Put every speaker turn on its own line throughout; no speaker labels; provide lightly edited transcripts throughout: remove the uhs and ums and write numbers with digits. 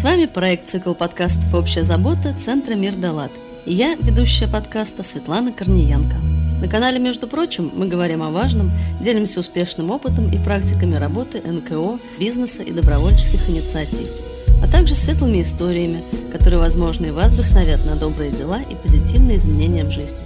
С вами проект «Цикл подкастов «Общая забота» Центра «Мир да Лад». И я, ведущая подкаста Светлана Корниенко. На канале, между прочим, мы говорим о важном, делимся успешным опытом и практиками работы НКО, бизнеса и добровольческих инициатив, а также светлыми историями, которые, возможно, и вас вдохновят на добрые дела и позитивные изменения в жизни.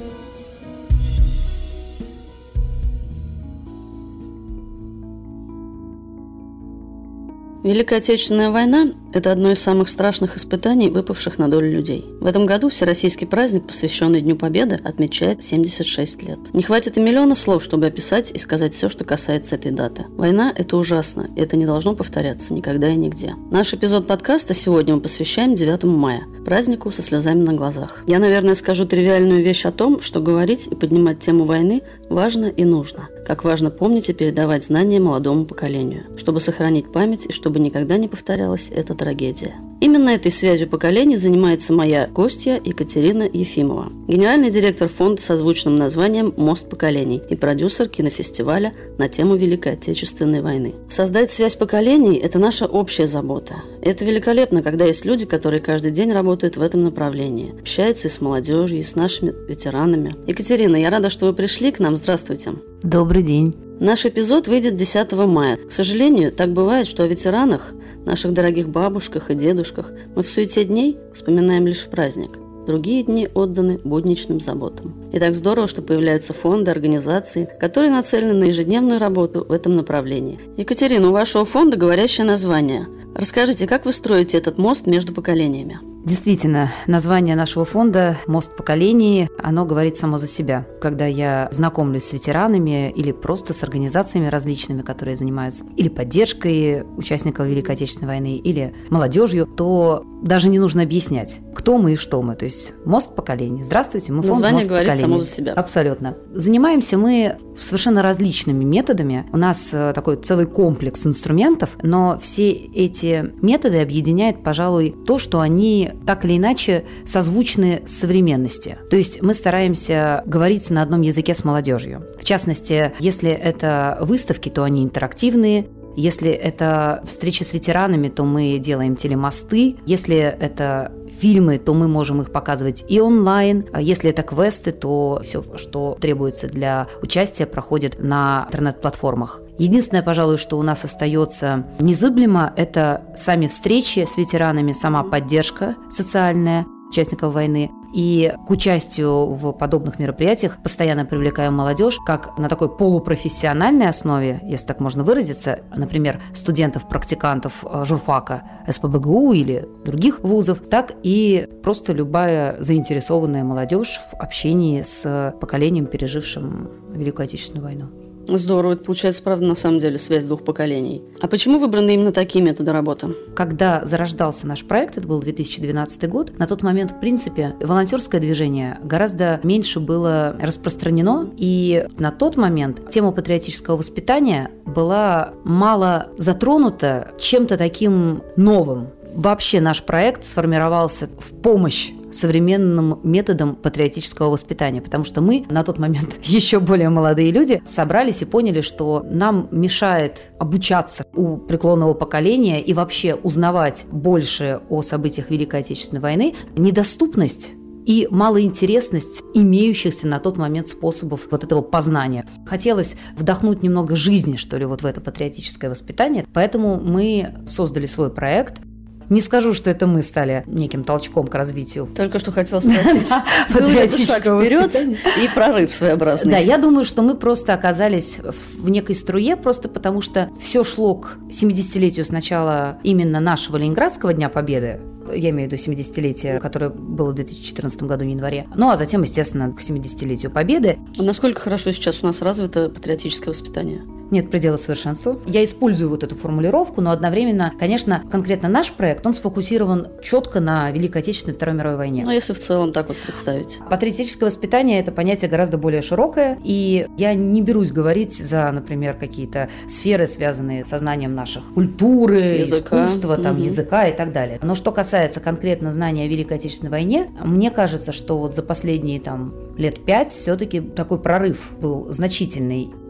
Великая Отечественная война – это одно из самых страшных испытаний, выпавших на долю людей. В этом году всероссийский праздник, посвященный Дню Победы, отмечает 76 лет. Не хватит и миллиона слов, чтобы описать и сказать все, что касается этой даты. Война – это ужасно, и это не должно повторяться никогда и нигде. Наш эпизод подкаста сегодня мы посвящаем 9 мая, празднику со слезами на глазах. Я, наверное, скажу тривиальную вещь о том, что говорить и поднимать тему войны важно и нужно. Как важно помнить и передавать знания молодому поколению, чтобы сохранить память и чтобы никогда не повторялась эта трагедия. Именно этой связью поколений занимается моя гостья Екатерина Ефимова, генеральный директор фонда со звучным названием «Мост поколений» и продюсер кинофестиваля на тему Великой Отечественной войны. Создать связь поколений – это наша общая забота. Это великолепно, когда есть люди, которые каждый день работают в этом направлении, общаются и с молодежью, и с нашими ветеранами. Екатерина, я рада, что вы пришли к нам. Здравствуйте.
Добрый день.
Наш эпизод выйдет 10 мая. К сожалению, так бывает, что о ветеранах, наших дорогих бабушках и дедушках мы в суете дней вспоминаем лишь в праздник. Другие дни отданы будничным заботам. И так здорово, что появляются фонды, организации, которые нацелены на ежедневную работу в этом направлении. Екатерина, у вашего фонда говорящее название. Расскажите, как вы строите этот мост между поколениями?
Действительно, название нашего фонда «Мост поколений», оно говорит само за себя. Когда я знакомлюсь с ветеранами или просто с организациями различными, которые занимаются или поддержкой участников Великой Отечественной войны, или молодежью, то даже не нужно объяснять, кто мы и что мы. То есть «Мост поколений». Здравствуйте, мы фонд
название
«Мост
говорит
поколений».
само за себя.
Абсолютно. Занимаемся мы совершенно различными методами. У нас такой целый комплекс инструментов, но все эти методы объединяет, пожалуй, то, что они так или иначе созвучны с современности. То есть мы стараемся говорить на одном языке с молодежью. В частности, если это выставки, то они интерактивные. Если это встречи с ветеранами, то мы делаем телемосты. Если это фильмы, то мы можем их показывать и онлайн. А если это квесты, то все, что требуется для участия, проходит на интернет-платформах. Единственное, пожалуй, что у нас остается незыблемо, это сами встречи с ветеранами, сама поддержка социальная участников войны. И к участию в подобных мероприятиях постоянно привлекаем молодежь как на такой полупрофессиональной основе, если так можно выразиться, например, студентов, практикантов журфака СПбГУ или других вузов, так и просто любая заинтересованная молодежь в общении с поколением, пережившим Великую Отечественную войну.
Здорово, это получается, правда, на самом деле, связь двух поколений. А почему выбраны именно такие методы работы?
Когда зарождался наш проект, это был 2012 год, на тот момент, в принципе, волонтерское движение гораздо меньше было распространено, и на тот момент тема патриотического воспитания была мало затронута чем-то таким новым. Вообще наш проект сформировался в помощь современным методам патриотического воспитания, потому что мы на тот момент еще более молодые люди собрались и поняли, что нам мешает обучаться у преклонного поколения и вообще узнавать больше о событиях Великой Отечественной войны недоступность и малоинтересность имеющихся на тот момент способов вот этого познания. Хотелось вдохнуть немного жизни, что ли, вот в это патриотическое воспитание, поэтому мы создали свой проект. Не скажу, что это мы стали неким толчком к развитию.
Только что хотела спросить. Был ли это шаг вперед и прорыв своеобразный?
Да, я думаю, что мы просто оказались в некой струе, просто потому что все шло к 70-летию сначала именно нашего Ленинградского Дня Победы, я имею в виду 70-летие, которое было в 2014 году в январе, ну а затем, естественно, к 70-летию Победы.
Насколько хорошо сейчас у нас развито патриотическое воспитание?
Нет предела совершенству. Я использую вот эту формулировку, но одновременно, конечно, конкретно наш проект, он сфокусирован четко на Великой Отечественной и Второй мировой войне.
Ну, если в целом так вот представить.
Патриотическое воспитание – это понятие гораздо более широкое, и я не берусь говорить за, например, какие-то сферы, связанные с знанием наших культуры, искусства, языка и так далее. Но что касается конкретно знания о Великой Отечественной войне, мне кажется, что вот за последние лет 5 все-таки такой прорыв был значительный.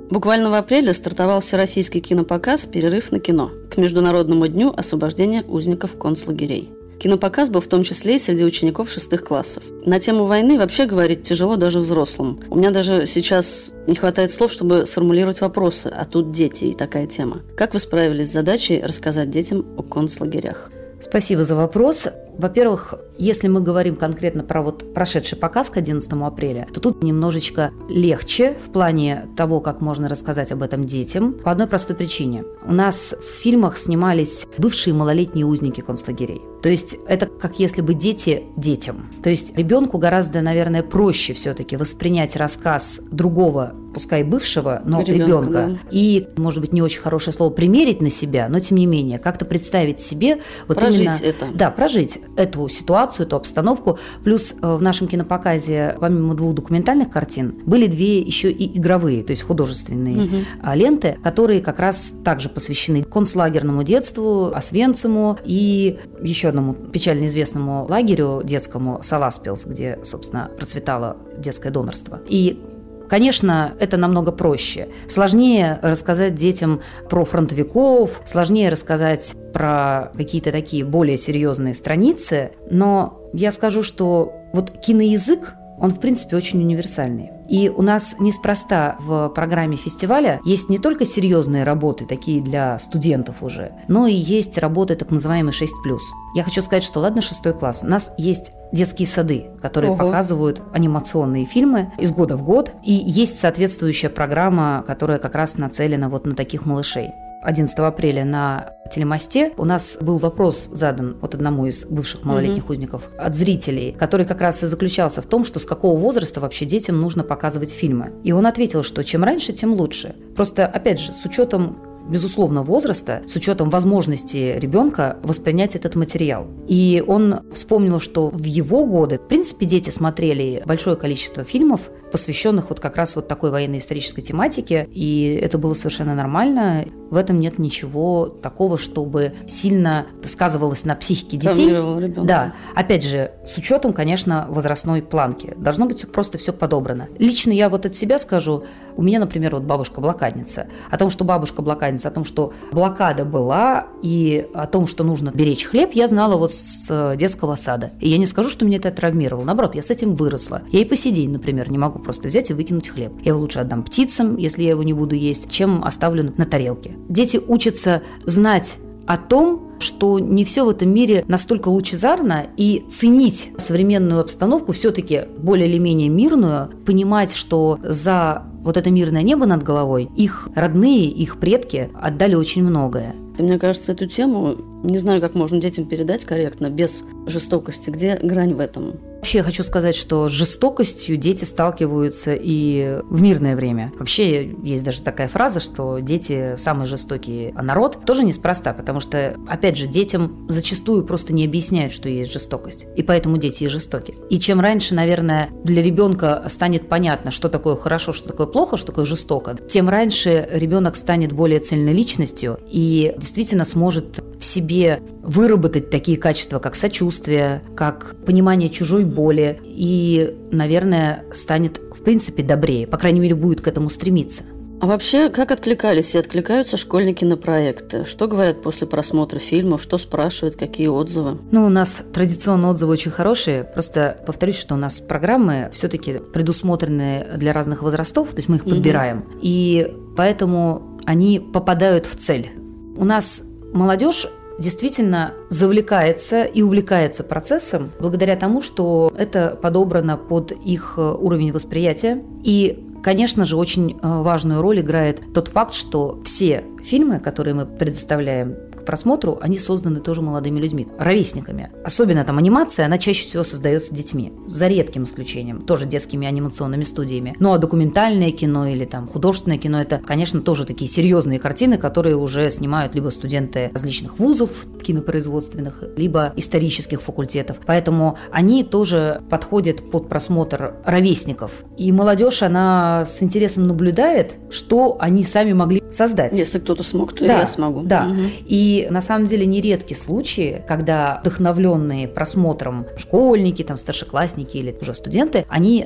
Буквально в апреле стартовал всероссийский кинопоказ «Перерыв на кино» к Международному дню освобождения узников концлагерей. Кинопоказ был в том числе и среди учеников 6 классов. На тему войны вообще говорить тяжело даже взрослым. У меня даже сейчас не хватает слов, чтобы сформулировать вопросы, а тут дети и такая тема. Как вы справились с задачей рассказать детям о концлагерях?
Спасибо за вопрос. Во-первых, если мы говорим конкретно про вот прошедший показ к 11 апреля, то тут немножечко легче в плане того, как можно рассказать об этом детям, по одной простой причине. У нас в фильмах снимались бывшие малолетние узники концлагерей. То есть это как если бы дети детям. То есть ребенку гораздо, наверное, проще все-таки воспринять рассказ другого, пускай бывшего, но ребенка. Да. И, может быть, не очень хорошее слово примерить на себя, но тем не менее, как-то представить себе вот
прожить
именно,
это.
Да, прожить эту ситуацию, эту обстановку. Плюс в нашем кинопоказе, помимо 2 документальных картин, были 2 еще и игровые, то есть художественные ленты, которые как раз также посвящены концлагерному детству, Освенциму и еще одному печально известному лагерю детскому Саласпилс, где, собственно, процветало детское донорство. И конечно, это намного проще. Сложнее рассказать детям про фронтовиков, сложнее рассказать про какие-то такие более серьезные страницы, но я скажу, что вот киноязык, он, в принципе, очень универсальный. И у нас неспроста в программе фестиваля есть не только серьезные работы, такие для студентов уже, но и есть работы так называемые 6+. Я хочу сказать, что ладно 6 класс, у нас есть детские сады, которые показывают анимационные фильмы из года в год, и есть соответствующая программа, которая как раз нацелена вот на таких малышей. 11 апреля на телемосте у нас был вопрос задан вот одному из бывших малолетних узников от зрителей, который как раз и заключался в том, что с какого возраста вообще детям нужно показывать фильмы. И он ответил, что чем раньше, тем лучше. Просто, опять же, с учетом безусловно, возраста, с учетом возможности ребенка воспринять этот материал. И он вспомнил, что в его годы, в принципе, дети смотрели большое количество фильмов, посвященных вот как раз вот такой военно-исторической тематике, и это было совершенно нормально. В этом нет ничего такого, чтобы сильно сказывалось на психике детей. Да, опять же, с учетом, конечно, возрастной планки. Должно быть просто все подобрано. Лично я вот от себя скажу, у меня, например, вот бабушка-блокадница. О том, что бабушка-блокадница, о том, что блокада была, и о том, что нужно беречь хлеб, я знала вот с детского сада. И я не скажу, что меня это травмировало. Наоборот, я с этим выросла. Я и по сей день, например, не могу просто взять и выкинуть хлеб. Я его лучше отдам птицам, если я его не буду есть, чем оставлю на тарелке. Дети учатся знать о том, что не все в этом мире настолько лучезарно, и ценить современную обстановку, все-таки более или менее мирную, понимать, что за вот это мирное небо над головой их родные, их предки отдали очень многое.
И мне кажется, эту тему, не знаю, как можно детям передать корректно, без жестокости. Где грань в этом?
Вообще я хочу сказать, что с жестокостью дети сталкиваются и в мирное время. Вообще есть даже такая фраза, что дети самый жестокий народ. Тоже неспроста, потому что, опять же, детям зачастую просто не объясняют, что есть жестокость. И поэтому дети и жестоки. И чем раньше, наверное, для ребенка станет понятно, что такое хорошо, что такое плохо, что такое жестоко, тем раньше ребенок станет более цельной личностью и действительно сможет в себе выработать такие качества, как сочувствие, как понимание чужой боли и, наверное, станет, в принципе, добрее. По крайней мере, будет к этому стремиться.
А вообще, как откликались и откликаются школьники на проекты? Что говорят после просмотра фильмов? Что спрашивают? Какие отзывы?
Ну, у нас традиционно отзывы очень хорошие. Просто повторюсь, что у нас программы все-таки предусмотрены для разных возрастов, то есть мы их подбираем. И поэтому они попадают в цель. У нас молодежь действительно завлекается и увлекается процессом благодаря тому, что это подобрано под их уровень восприятия. И, конечно же, очень важную роль играет тот факт, что все фильмы, которые мы предоставляем к просмотру, они созданы тоже молодыми людьми, ровесниками. Особенно там анимация, она чаще всего создается детьми, за редким исключением, тоже детскими анимационными студиями. Ну а документальное кино или там художественное кино, это, конечно, тоже такие серьезные картины, которые уже снимают либо студенты различных вузов кинопроизводственных, либо исторических факультетов. Поэтому они тоже подходят под просмотр ровесников. И молодежь, она с интересом наблюдает, что они сами могли создать.
Если кто-то смог, то я смогу.
Да. И на самом деле нередки случаи, когда вдохновленные просмотром школьники, там, старшеклассники или уже студенты, они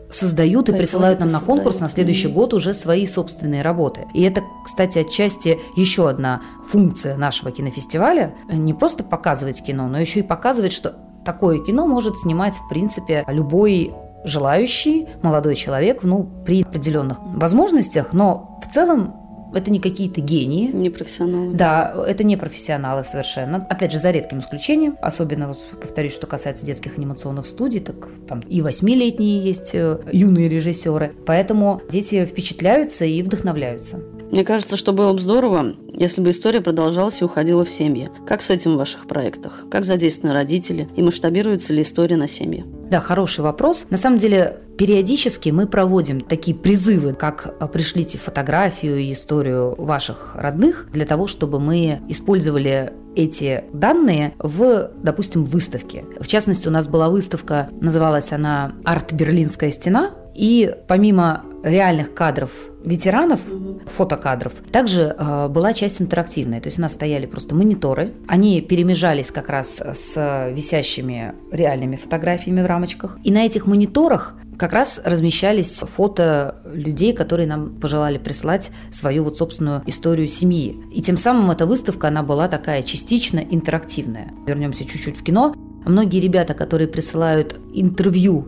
создают и присылают нам на конкурс на следующий год уже свои собственные работы. И это, кстати, отчасти еще одна функция нашего кинофестиваля. Не просто показывать кино, но еще и показывать, что такое кино может снимать, в принципе, любой желающий молодой человек, при определенных возможностях, но в целом это не какие-то гении.
Не профессионалы.
Да, это не профессионалы совершенно. Опять же, за редким исключением. Особенно, повторюсь, что касается детских анимационных студий, так там и 8-летние есть юные режиссеры. Поэтому дети впечатляются и вдохновляются.
Мне кажется, что было бы здорово, если бы история продолжалась и уходила в семьи. Как с этим в ваших проектах? Как задействованы родители? И масштабируется ли история на семьи?
Да, хороший вопрос. На самом деле, периодически мы проводим такие призывы, как «пришлите фотографию и историю ваших родных», для того, чтобы мы использовали эти данные в, допустим, выставке. В частности, у нас была выставка, называлась она «Арт Берлинская стена», и помимо реальных кадров ветеранов, фотокадров, также была часть интерактивная. То есть у нас стояли просто мониторы, они перемежались как раз с висящими реальными фотографиями в рамочках. И на этих мониторах как раз размещались фото людей, которые нам пожелали прислать свою собственную историю семьи. И тем самым эта выставка, она была такая частично интерактивная. Вернемся чуть-чуть в кино. Многие ребята, которые присылают интервью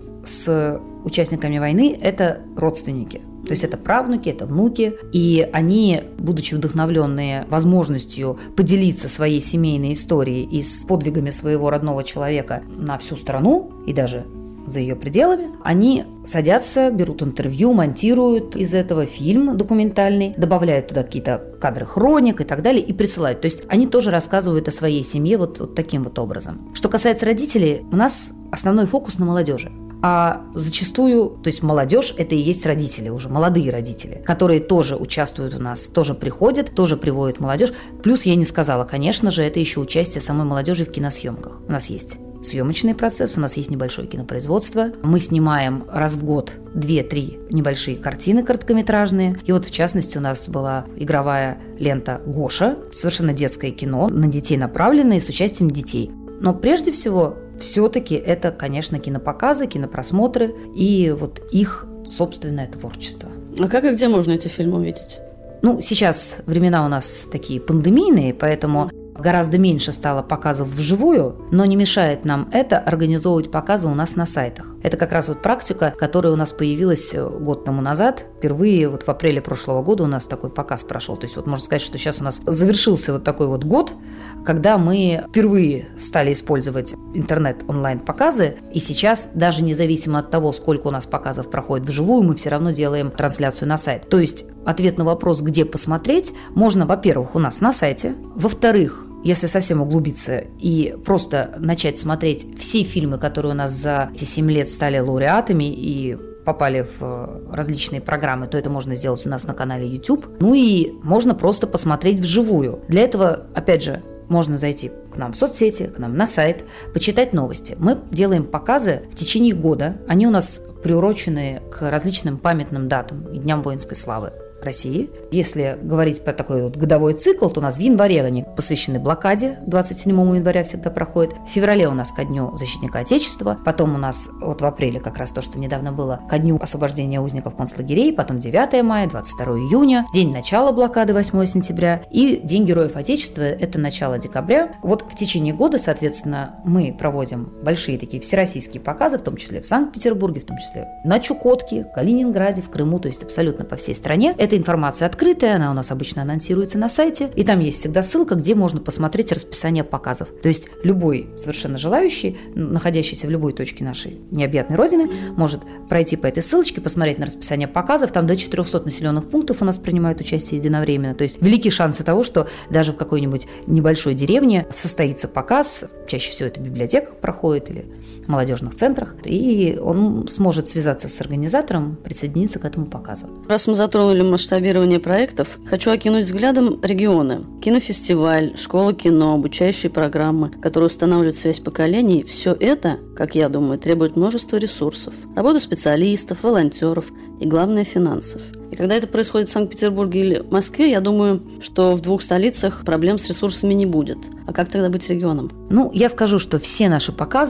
с участниками войны, это родственники. То есть это правнуки, это внуки. И они, будучи вдохновленные возможностью поделиться своей семейной историей и с подвигами своего родного человека на всю страну и даже за ее пределами, они садятся, берут интервью, монтируют из этого фильм документальный, добавляют туда какие-то кадры хроник и так далее и присылают. То есть они тоже рассказывают о своей семье вот таким вот образом. Что касается родителей, у нас основной фокус на молодежи. А зачастую, то есть молодежь – это и есть родители уже, молодые родители, которые тоже участвуют у нас, тоже приходят, тоже приводят молодежь. Плюс я не сказала, конечно же, это еще участие самой молодежи в киносъемках. У нас есть съемочный процесс, у нас есть небольшое кинопроизводство. Мы снимаем раз в год 2-3 небольшие картины короткометражные. И в частности, у нас была игровая лента «Гоша», совершенно детское кино, на детей направленное, с участием детей. Но прежде всего, все-таки это, конечно, кинопоказы, кинопросмотры и их собственное творчество.
А как и где можно эти фильмы увидеть?
Сейчас времена у нас такие пандемийные, поэтому гораздо меньше стало показов вживую, но не мешает нам это организовывать показы у нас на сайтах. Это как раз практика, которая у нас появилась год тому назад. Впервые в апреле прошлого года у нас такой показ прошел. То есть можно сказать, что сейчас у нас завершился такой год, когда мы впервые стали использовать интернет-онлайн-показы. И сейчас, даже независимо от того, сколько у нас показов проходит вживую, мы все равно делаем трансляцию на сайт. То есть ответ на вопрос, где посмотреть, можно, во-первых, у нас на сайте. Во-вторых, если совсем углубиться и просто начать смотреть все фильмы, которые у нас за эти 7 лет стали лауреатами и попали в различные программы, то это можно сделать у нас на канале YouTube. И можно просто посмотреть вживую. Для этого, опять же, можно зайти к нам в соцсети, к нам на сайт, почитать новости. Мы делаем показы в течение года. Они у нас приурочены к различным памятным датам и дням воинской славы России. Если говорить про такой годовой цикл, то у нас в январе они посвящены блокаде, 27 января всегда проходит. В феврале у нас ко Дню защитника Отечества, потом у нас в апреле как раз то, что недавно было, ко Дню освобождения узников концлагерей, потом 9 мая, 22 июня, день начала блокады 8 сентября и День Героев Отечества, это начало декабря. В течение года, соответственно, мы проводим большие такие всероссийские показы, в том числе в Санкт-Петербурге, в том числе на Чукотке, в Калининграде, в Крыму, то есть абсолютно по всей стране. Эта информация открытая, она у нас обычно анонсируется на сайте, и там есть всегда ссылка, где можно посмотреть расписание показов. То есть любой совершенно желающий, находящийся в любой точке нашей необъятной родины, может пройти по этой ссылочке, посмотреть на расписание показов. Там до 400 населенных пунктов у нас принимают участие единовременно. То есть великие шансы того, что даже в какой-нибудь небольшой деревне состоится показ, чаще всего это в библиотеках проходит или в молодежных центрах, и он сможет связаться с организатором, присоединиться к этому показу.
Раз мы затронули масштабирование проектов, хочу окинуть взглядом регионы. Кинофестиваль, школа кино, обучающие программы, которые устанавливают связь поколений. Все это, как я думаю, требует множества ресурсов, работы специалистов, волонтеров и, главное, финансов. И когда это происходит в Санкт-Петербурге или Москве, я думаю, что в двух столицах проблем с ресурсами не будет. А как тогда быть регионом?
Я скажу, что все наши показы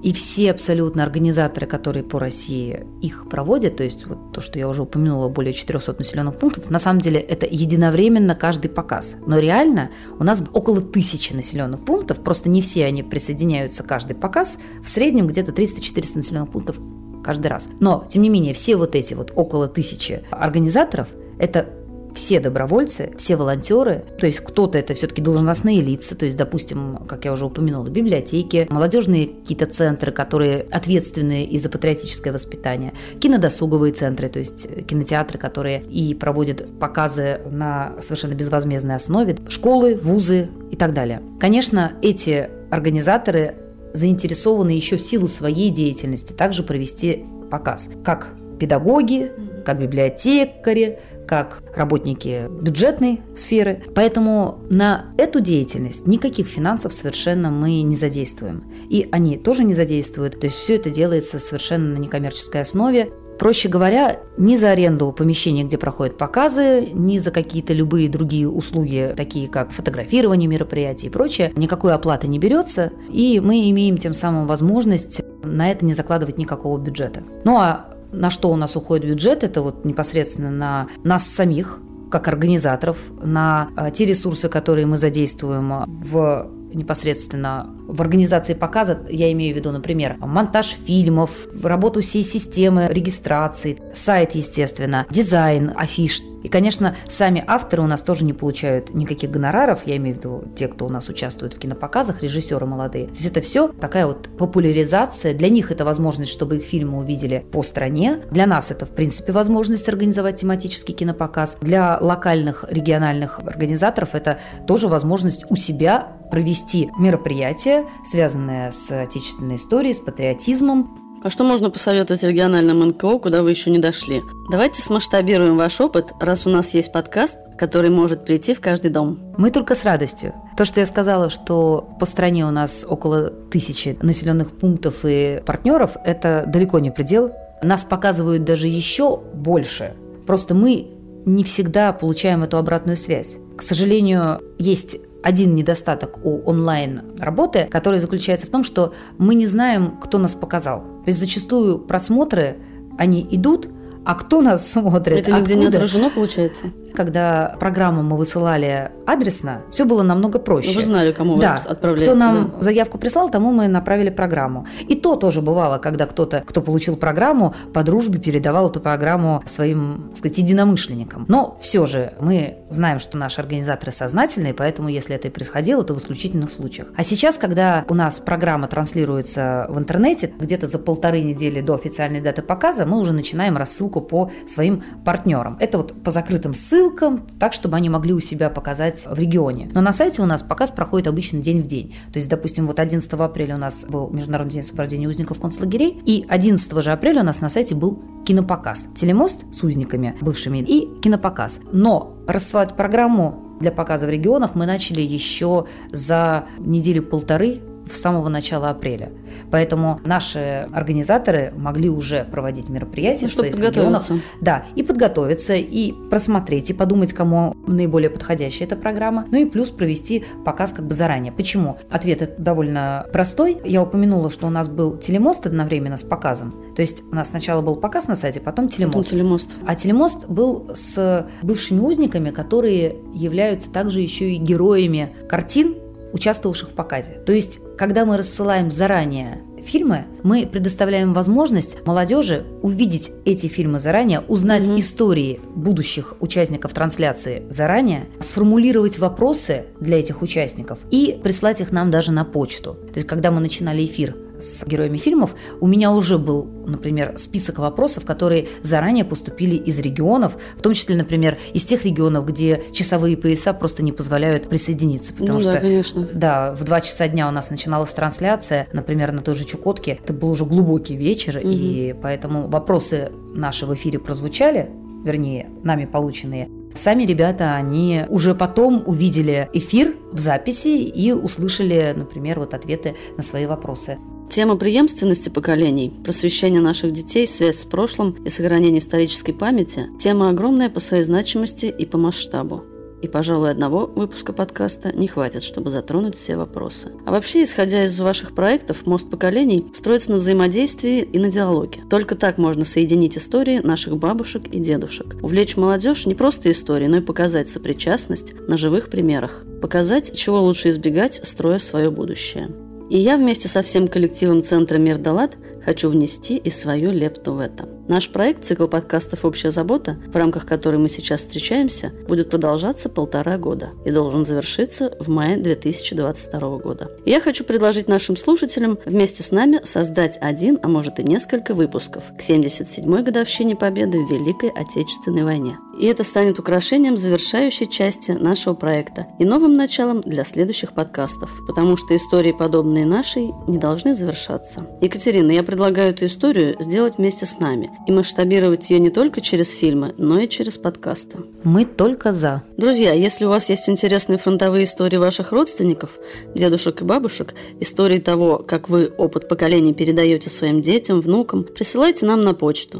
И все абсолютно организаторы, которые по России их проводят, то есть вот то, что я уже упомянула, более 400 населенных пунктов, на самом деле это единовременно каждый показ. Но реально у нас около 1000 населенных пунктов, просто не все они присоединяются каждый показ, в среднем где-то 300-400 населенных пунктов каждый раз. Но, тем не менее, все вот эти вот около 1000 организаторов – это все добровольцы, все волонтеры, то есть кто-то это все-таки должностные лица, то есть, допустим, как я уже упомянула, библиотеки, молодежные какие-то центры, которые ответственны и за патриотическое воспитание, кинодосуговые центры, то есть кинотеатры, которые и проводят показы на совершенно безвозмездной основе, школы, вузы и так далее. Конечно, эти организаторы заинтересованы еще в силу своей деятельности также провести показ, как педагоги, как библиотекари, как работники бюджетной сферы. Поэтому на эту деятельность никаких финансов совершенно мы не задействуем. И они тоже не задействуют. То есть все это делается совершенно на некоммерческой основе. Проще говоря, ни за аренду помещения, где проходят показы, ни за какие-то любые другие услуги, такие как фотографирование мероприятий и прочее, никакой оплаты не берется, и мы имеем тем самым возможность на это не закладывать никакого бюджета. Ну а на что у нас уходит бюджет, это вот непосредственно на нас самих, как организаторов, на те ресурсы, которые мы задействуем непосредственно в организации показа, я имею в виду, например, монтаж фильмов, работу всей системы регистрации, сайт, естественно, дизайн, афиш. И, конечно, сами авторы у нас тоже не получают никаких гонораров, я имею в виду те, кто у нас участвует в кинопоказах, режиссеры молодые. То есть это все такая вот популяризация. Для них это возможность, чтобы их фильмы увидели по стране. Для нас это, в принципе, возможность организовать тематический кинопоказ. Для локальных, региональных организаторов это тоже возможность у себя провести мероприятие, связанное с отечественной историей, с патриотизмом.
А что можно посоветовать региональным НКО, куда вы еще не дошли? Давайте смасштабируем ваш опыт, раз у нас есть подкаст, который может прийти в каждый дом.
Мы только с радостью. То, что я сказала, что по стране у нас около 1000 населенных пунктов и партнеров, это далеко не предел. Нас показывают даже еще больше. Просто мы не всегда получаем эту обратную связь. К сожалению, есть один недостаток у онлайн-работы, который заключается в том, что мы не знаем, кто нас показал. То есть зачастую просмотры, они идут, а кто нас смотрит?
Это нигде не отражено, получается?
Когда программу мы высылали адресно, все было намного проще.
Вы знали, кому вы отправляете.
Кто нам заявку прислал, тому мы направили программу. И то тоже бывало, когда кто-то, кто получил программу, по дружбе передавал эту программу своим, так сказать, единомышленникам. Но все же мы знаем, что наши организаторы сознательные, поэтому если это и происходило, то в исключительных случаях. А сейчас, когда у нас программа транслируется в интернете, где-то за 1,5 недели до официальной даты показа, мы уже начинаем рассылку по своим партнерам. Это вот по закрытым ссылкам, так, чтобы они могли у себя показать в регионе. Но на сайте у нас показ проходит обычно день в день. То есть, допустим, вот 11 апреля у нас был Международный день освобождения узников концлагерей, и 11 же апреля у нас на сайте был кинопоказ. Телемост с узниками бывшими и кинопоказ. Но рассылать программу для показа в регионах мы начали еще за 1-1,5 недели с самого начала апреля. Поэтому наши организаторы могли уже проводить мероприятия в своих регионах. Да, и подготовиться, и просмотреть, и подумать, кому наиболее подходящая эта программа. Ну и плюс провести показ как бы заранее. Почему? Ответ довольно простой. Я упомянула, что у нас был телемост одновременно с показом. То есть у нас сначала был показ на сайте, потом телемост. А телемост был с бывшими узниками, которые являются также еще и героями картин, участвовавших в показе. То есть, когда мы рассылаем заранее фильмы, мы предоставляем возможность молодежи увидеть эти фильмы заранее, узнать истории будущих участников трансляции заранее, сформулировать вопросы для этих участников и прислать их нам даже на почту. То есть, когда мы начинали эфир с героями фильмов, у меня уже был, например, список вопросов, которые заранее поступили из регионов, в том числе, например, из тех регионов, где часовые пояса просто не позволяют присоединиться. Потому что,
конечно.
Да, в 2 часа дня у нас начиналась трансляция, например, на той же Чукотке. Это был уже глубокий вечер, и поэтому вопросы наши в эфире прозвучали, вернее, нами полученные. Сами ребята, они уже потом увидели эфир в записи и услышали, например, вот ответы на свои вопросы.
Тема преемственности поколений, просвещение наших детей, связь с прошлым и сохранение исторической памяти – тема огромная по своей значимости и по масштабу. и, пожалуй, одного выпуска подкаста не хватит, чтобы затронуть все вопросы. А вообще, исходя из ваших проектов, «Мост поколений» строится на взаимодействии и на диалоге. Только так можно соединить истории наших бабушек и дедушек. Увлечь молодежь не просто историей, но и показать сопричастность на живых примерах. Показать, чего лучше избегать, строя свое будущее. И я вместе со всем коллективом Центра «Мир Далат» хочу внести и свою лепту в это. Наш проект, цикл подкастов «Общая забота», в рамках которой мы сейчас встречаемся, будет продолжаться 1,5 года и должен завершиться в мае 2022 года. И я хочу предложить нашим слушателям вместе с нами создать один, а может и несколько выпусков к 77-й годовщине Победы в Великой Отечественной войне. И это станет украшением завершающей части нашего проекта и новым началом для следующих подкастов, потому что истории, подобные нашей, не должны завершаться. Екатерина, я предлагаю эту историю сделать вместе с нами и масштабировать ее не только через фильмы, но и через подкасты.
Мы только за.
Друзья, если у вас есть интересные фронтовые истории ваших родственников, дедушек и бабушек, истории того, как вы опыт поколений передаете своим детям, внукам, присылайте нам на почту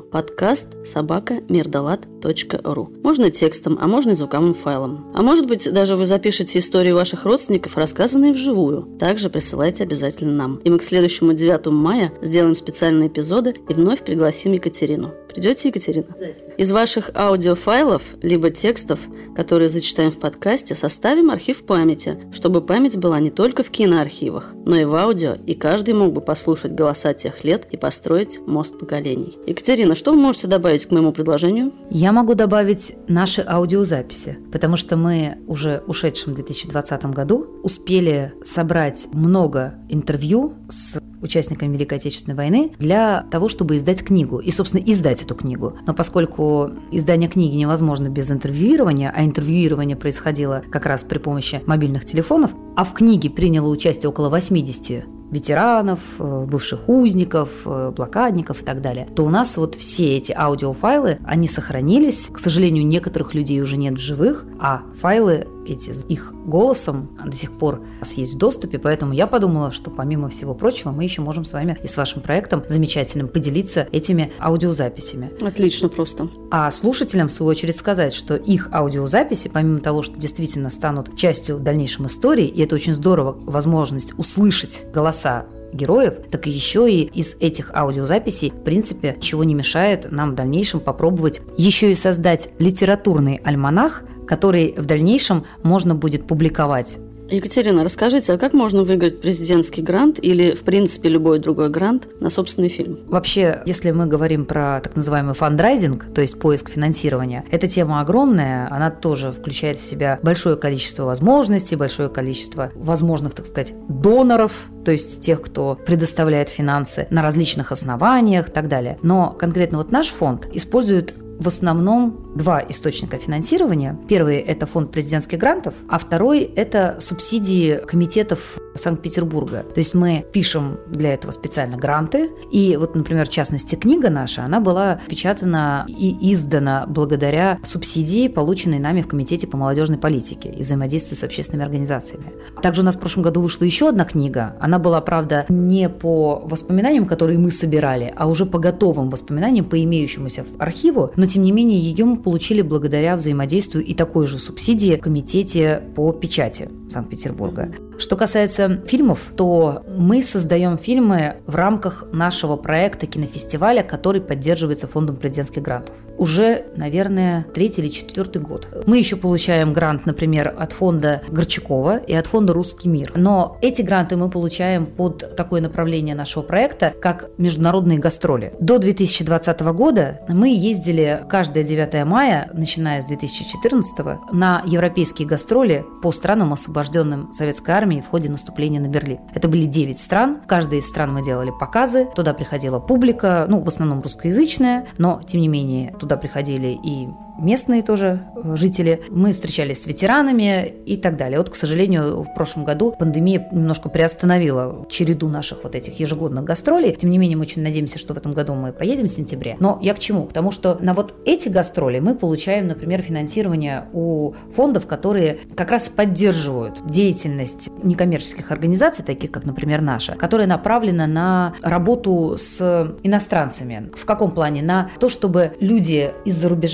podcast@mirdalат.ru. Можно текстом, а можно и звуковым файлом. А может быть, даже вы запишете истории ваших родственников, рассказанные вживую. Также присылайте обязательно нам. И мы к следующему 9 мая сделаем специальные эпизоды и вновь пригласим Екатерину. Придете, Екатерина? Из ваших аудиофайлов, либо текстов, которые зачитаем в подкасте, составим архив памяти, чтобы память была не только в киноархивах, но и в аудио, и каждый мог бы послушать голоса тех лет и построить мост поколений. Екатерина, что вы можете добавить к моему предложению?
Я могу добавить наши аудиозаписи, потому что мы уже в ушедшем 2020 году успели собрать много интервью с участниками Великой Отечественной войны для того, чтобы издать книгу и, собственно, издать эту книгу. Но поскольку издание книги невозможно без интервьюирования, а интервьюирование происходило как раз при помощи мобильных телефонов, а в книге приняло участие около 80 ветеранов, бывших узников, блокадников и так далее, то у нас вот все эти аудиофайлы, они сохранились. К сожалению, некоторых людей уже нет в живых, а файлы эти с их голосом до сих пор есть в доступе, поэтому я подумала, что помимо всего прочего мы еще можем с вами и с вашим проектом замечательным поделиться этими аудиозаписями.
Отлично просто.
А слушателям, в свою очередь, сказать, что их аудиозаписи, помимо того, что действительно станут частью дальнейшей истории, и это очень здорово, возможность услышать голоса героев, так и еще и из этих аудиозаписей, в принципе, чего не мешает нам в дальнейшем попробовать еще и создать литературный альманах, который в дальнейшем можно будет публиковать.
Екатерина, расскажите, а как можно выиграть президентский грант или, в принципе, любой другой грант на собственный фильм?
Вообще, если мы говорим про так называемый фандрайзинг, то есть поиск финансирования, эта тема огромная, она тоже включает в себя большое количество возможностей, большое количество возможных, так сказать, доноров, то есть тех, кто предоставляет финансы на различных основаниях и так далее. Но конкретно вот наш фонд использует в основном два источника финансирования. Первый – это фонд президентских грантов, а второй – это субсидии комитетов Санкт-Петербурга. То есть мы пишем для этого специально гранты. И вот, например, в частности, книга наша, она была печатана и издана благодаря субсидии, полученной нами в Комитете по молодежной политике и взаимодействию с общественными организациями. Также у нас в прошлом году вышла еще одна книга. Она была, правда, не по воспоминаниям, которые мы собирали, а уже по готовым воспоминаниям, по имеющемуся в архиву, но тем не менее ее мы получили благодаря взаимодействию и такой же субсидии в Комитете по печати Санкт-Петербурга. Что касается фильмов, то мы создаем фильмы в рамках нашего проекта кинофестиваля, который поддерживается фондом президентских грантов. Уже, наверное, 3-й или 4-й год. Мы еще получаем грант, например, от фонда Горчакова и от фонда «Русский мир». Но эти гранты мы получаем под такое направление нашего проекта, как международные гастроли. До 2020 года мы ездили каждое 9 мая, начиная с 2014, на европейские гастроли по странам, освобожденным советской армией в ходе наступления на Берлин. Это были 9 стран. В каждой из стран мы делали показы. Туда приходила публика, в основном русскоязычная, но, тем не менее, туда приходили и местные тоже жители. Мы встречались с ветеранами и так далее. Вот, к сожалению, в прошлом году пандемия немножко приостановила череду наших вот этих ежегодных гастролей. Тем не менее, мы очень надеемся, что в этом году мы поедем в сентябре. Но я к чему? К тому, что на вот эти гастроли мы получаем, например, финансирование у фондов, которые как раз поддерживают деятельность некоммерческих организаций, таких как, например, наша, которая направлена на работу с иностранцами. В каком плане? На то, чтобы люди из-за рубежа узнавали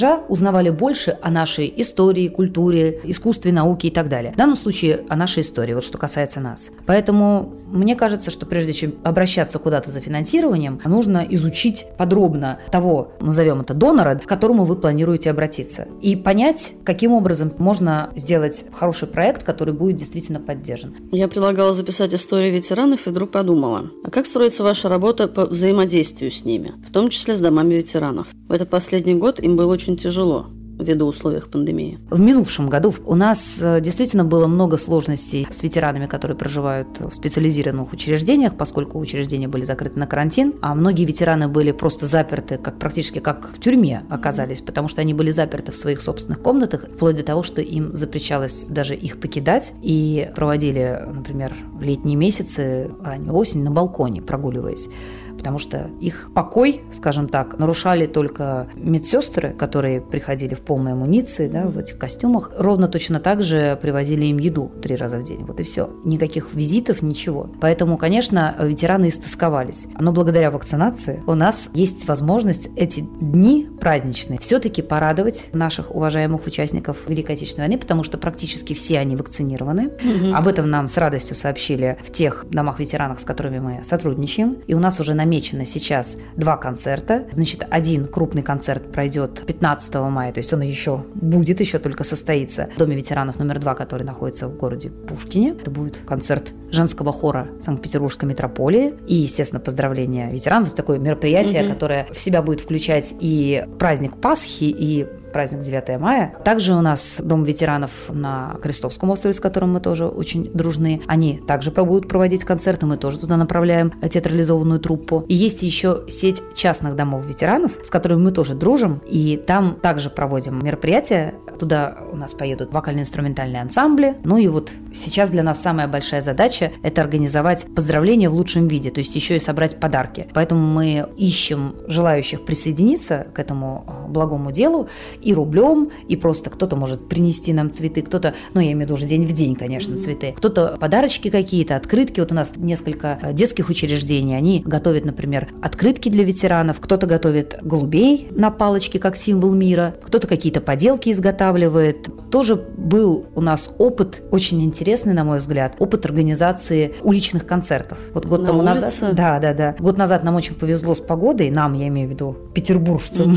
узнавали больше о нашей истории, культуре, искусстве, науке и так далее. В данном случае о нашей истории, вот что касается нас. Поэтому мне кажется, что прежде чем обращаться куда-то за финансированием, нужно изучить подробно того, назовем это, донора, к которому вы планируете обратиться, и понять, каким образом можно сделать хороший проект, который будет действительно поддержан.
Я предлагала записать истории ветеранов и вдруг подумала, а как строится ваша работа по взаимодействию с ними, в том числе с домами ветеранов? В этот последний год им было очень тяжело ввиду условий пандемии.
В минувшем году у нас действительно было много сложностей с ветеранами, которые проживают в специализированных учреждениях, поскольку учреждения были закрыты на карантин, а многие ветераны были просто заперты, практически как в тюрьме оказались, потому что они были заперты в своих собственных комнатах, вплоть до того, что им запрещалось даже их покидать, и проводили, например, летние месяцы, раннюю осень на балконе, прогуливаясь. Потому что их покой, скажем так, нарушали только медсестры, которые приходили в полной амуниции, да, в этих костюмах. Ровно точно так же привозили им еду 3 раза в день. Вот и все. Никаких визитов, ничего. Поэтому, конечно, ветераны истосковались. Но благодаря вакцинации у нас есть возможность эти дни праздничные все-таки порадовать наших уважаемых участников Великой Отечественной войны, потому что практически все они вакцинированы. Об этом нам с радостью сообщили в тех домах ветеранов, с которыми мы сотрудничаем. И у нас уже намечено сейчас 2 концерта. Значит, один крупный концерт пройдет 15 мая, то есть он еще будет, еще только состоится в Доме ветеранов номер 2, который находится в городе Пушкине. Это будет концерт женского хора Санкт-Петербургской метрополии. И, естественно, поздравления ветеранов. Это такое мероприятие, которое в себя будет включать и праздник Пасхи, и праздник 9 мая. Также у нас Дом ветеранов на Крестовском острове, с которым мы тоже очень дружны. Они также будут проводить концерты, мы тоже туда направляем театрализованную труппу. И есть еще сеть частных домов ветеранов, с которыми мы тоже дружим, и там также проводим мероприятия. Туда у нас поедут вокально-инструментальные ансамбли. Ну и вот сейчас для нас самая большая задача – это организовать поздравления в лучшем виде, то есть еще и собрать подарки. Поэтому мы ищем желающих присоединиться к этому благому делу, и рублем, и просто кто-то может принести нам цветы, кто-то, ну, я имею в виду уже день в день, конечно, цветы, кто-то подарочки какие-то, открытки. Вот у нас несколько детских учреждений, они готовят, например, открытки для ветеранов, кто-то готовит голубей на палочке как символ мира, кто-то какие-то поделки изготавливает. Тоже был у нас опыт, очень интересный, на мой взгляд, опыт организации уличных концертов. Вот год тому назад. Да. Год назад нам очень повезло с погодой, нам, я имею в виду петербуржцам,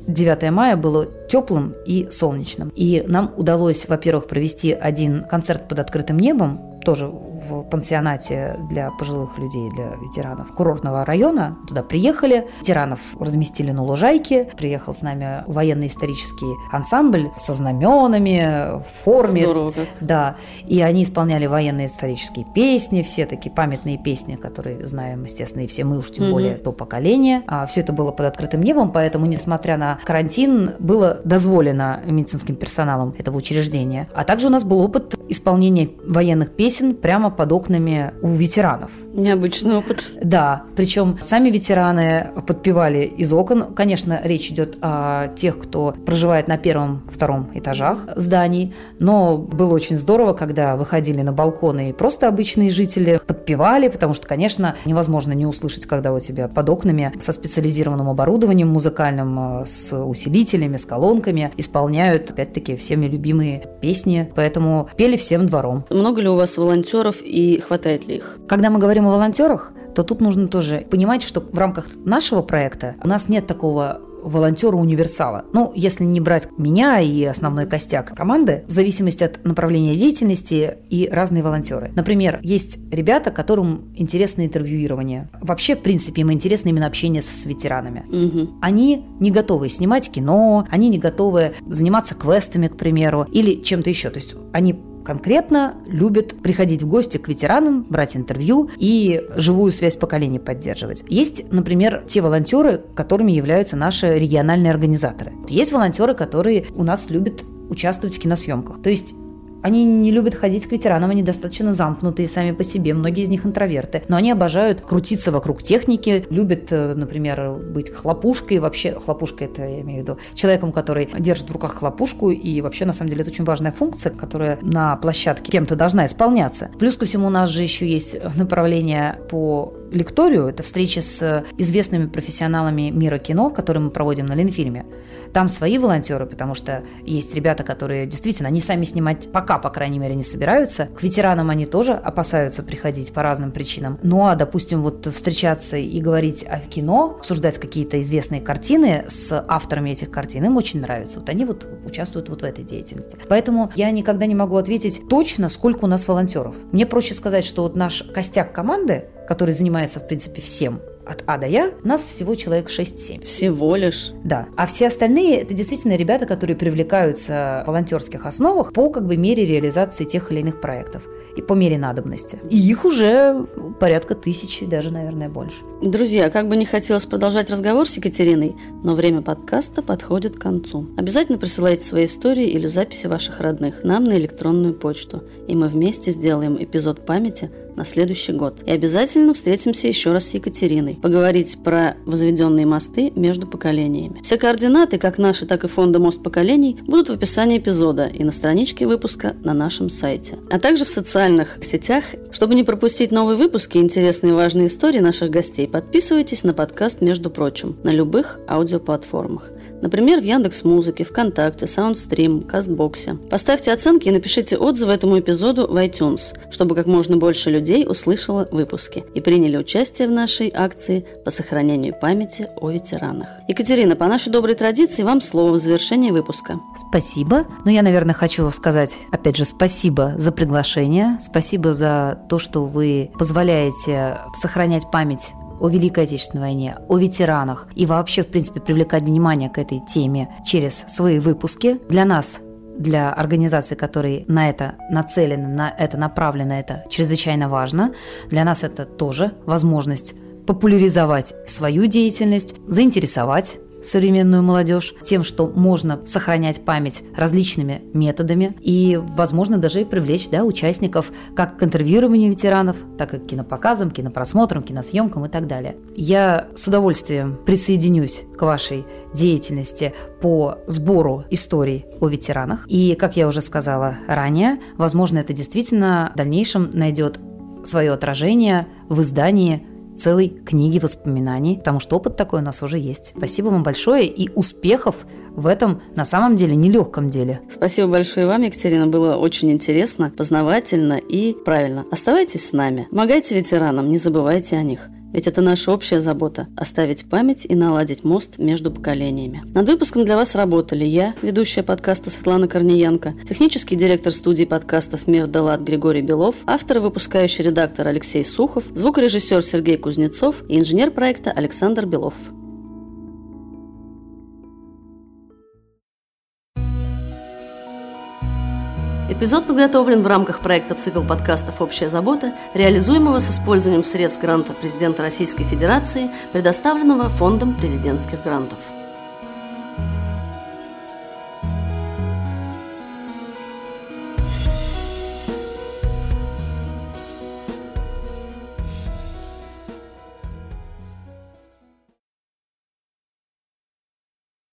9 мая было теплым и солнечным. И нам удалось, во-первых, провести один концерт под открытым небом, тоже в пансионате для пожилых людей, для ветеранов курортного района. Туда приехали, ветеранов разместили на лужайке, приехал с нами военно-исторический ансамбль со знаменами, в форме.
Здорово.
Да, и они исполняли военно-исторические песни, все такие памятные песни, которые знаем, естественно, и все мы, уж тем более то поколение. Все это было под открытым небом, поэтому, несмотря на карантин, было дозволено медицинским персоналом этого учреждения. А также у нас был опыт исполнения военных песен прямо под окнами у ветеранов.
Необычный опыт.
Да, причем сами ветераны подпевали из окон. Конечно, речь идет о тех, кто проживает на 1-2 этажах зданий, но было очень здорово, когда выходили на балконы и просто обычные жители подпевали, потому что, конечно, невозможно не услышать, когда у тебя под окнами со специализированным оборудованием музыкальным, с усилителями, с колонками исполняют, опять-таки, всеми любимые песни, поэтому пели всем двором.
Много ли у вас волонтеров и хватает ли их?
Когда мы говорим о волонтерах, то тут нужно тоже понимать, что в рамках нашего проекта у нас нет такого волонтера-универсала. Ну, если не брать меня и основной костяк команды, в зависимости от направления деятельности и разные волонтеры. Например, есть ребята, которым интересно интервьюирование. Вообще, в принципе, им интересно именно общение с ветеранами. Они не готовы снимать кино, они не готовы заниматься квестами, к примеру, или чем-то еще. То есть они конкретно любят приходить в гости к ветеранам, брать интервью и живую связь поколений поддерживать. Есть, например, те волонтеры, которыми являются наши региональные организаторы. Есть волонтеры, которые у нас любят участвовать в киносъемках. То есть они не любят ходить к ветеранам, они достаточно замкнутые сами по себе, многие из них интроверты, но они обожают крутиться вокруг техники, любят, например, быть хлопушкой, вообще хлопушка — это, я имею в виду, человеком, который держит в руках хлопушку, и вообще, на самом деле, это очень важная функция, которая на площадке кем-то должна исполняться. Плюс ко всему у нас же еще есть направление по лекторию, это встреча с известными профессионалами мира кино, которые мы проводим на Ленфильме. Там свои волонтеры, потому что есть ребята, которые действительно, они сами снимать пока, по крайней мере, не собираются. К ветеранам они тоже опасаются приходить по разным причинам. Ну а, допустим, вот встречаться и говорить о кино, обсуждать какие-то известные картины с авторами этих картин, им очень нравится. Вот они вот участвуют вот в этой деятельности. Поэтому я никогда не могу ответить точно, сколько у нас волонтеров. Мне проще сказать, что вот наш костяк команды, который занимается, в принципе, всем, от А до Я, у нас всего человек 6-7.
Всего лишь?
Да. А все остальные – это действительно ребята, которые привлекаются в волонтерских основах по мере реализации тех или иных проектов и по мере надобности. И их уже порядка 1000, даже, наверное, больше.
Друзья, как бы не хотелось продолжать разговор с Екатериной, но время подкаста подходит к концу. Обязательно присылайте свои истории или записи ваших родных нам на электронную почту, и мы вместе сделаем эпизод памяти на следующий год. И обязательно встретимся еще раз с Екатериной, поговорить про возведенные мосты между поколениями. Все координаты, как наши, так и фонда «Мост поколений», будут в описании эпизода и на страничке выпуска на нашем сайте, а также в социальных сетях. Чтобы не пропустить новые выпуски и интересные и важные истории наших гостей, подписывайтесь на подкаст «Между прочим» на любых аудиоплатформах. Например, в Яндекс.Музыке, ВКонтакте, Саундстрим, Кастбоксе. Поставьте оценки и напишите отзывы этому эпизоду в iTunes, чтобы как можно больше людей услышало выпуски и приняли участие в нашей акции по сохранению памяти о ветеранах. Екатерина, по нашей доброй традиции, вам слово в завершении выпуска.
Спасибо. Но я, наверное, хочу сказать, опять же, спасибо за приглашение, спасибо за то, что вы позволяете сохранять память о Великой Отечественной войне, о ветеранах и вообще, в принципе, привлекать внимание к этой теме через свои выпуски. Для нас, для организации, которые на это нацелены, на это направлены, это чрезвычайно важно. Для нас это тоже возможность популяризовать свою деятельность, заинтересовать современную молодежь тем, что можно сохранять память различными методами и, возможно, даже и привлечь участников как к интервьюированию ветеранов, так и к кинопоказам, кинопросмотрам, киносъемкам и так далее. Я с удовольствием присоединюсь к вашей деятельности по сбору историй о ветеранах. И, как я уже сказала ранее, возможно, это действительно в дальнейшем найдет свое отражение в издании целой книги воспоминаний, потому что опыт такой у нас уже есть. Спасибо вам большое и успехов в этом, на самом деле, нелегком деле.
Спасибо большое вам, Екатерина. Было очень интересно, познавательно и правильно. Оставайтесь с нами. Помогайте ветеранам, не забывайте о них. Ведь это наша общая забота – оставить память и наладить мост между поколениями. Над выпуском для вас работали я, ведущая подкаста Светлана Корниенко, технический директор студии подкастов «Мир да лад» Григорий Белов, автор и выпускающий редактор Алексей Сухов, звукорежиссер Сергей Кузнецов и инженер проекта Александр Белов. Эпизод подготовлен в рамках проекта «Цикл подкастов «Общая забота», реализуемого с использованием средств гранта президента Российской Федерации, предоставленного Фондом президентских грантов.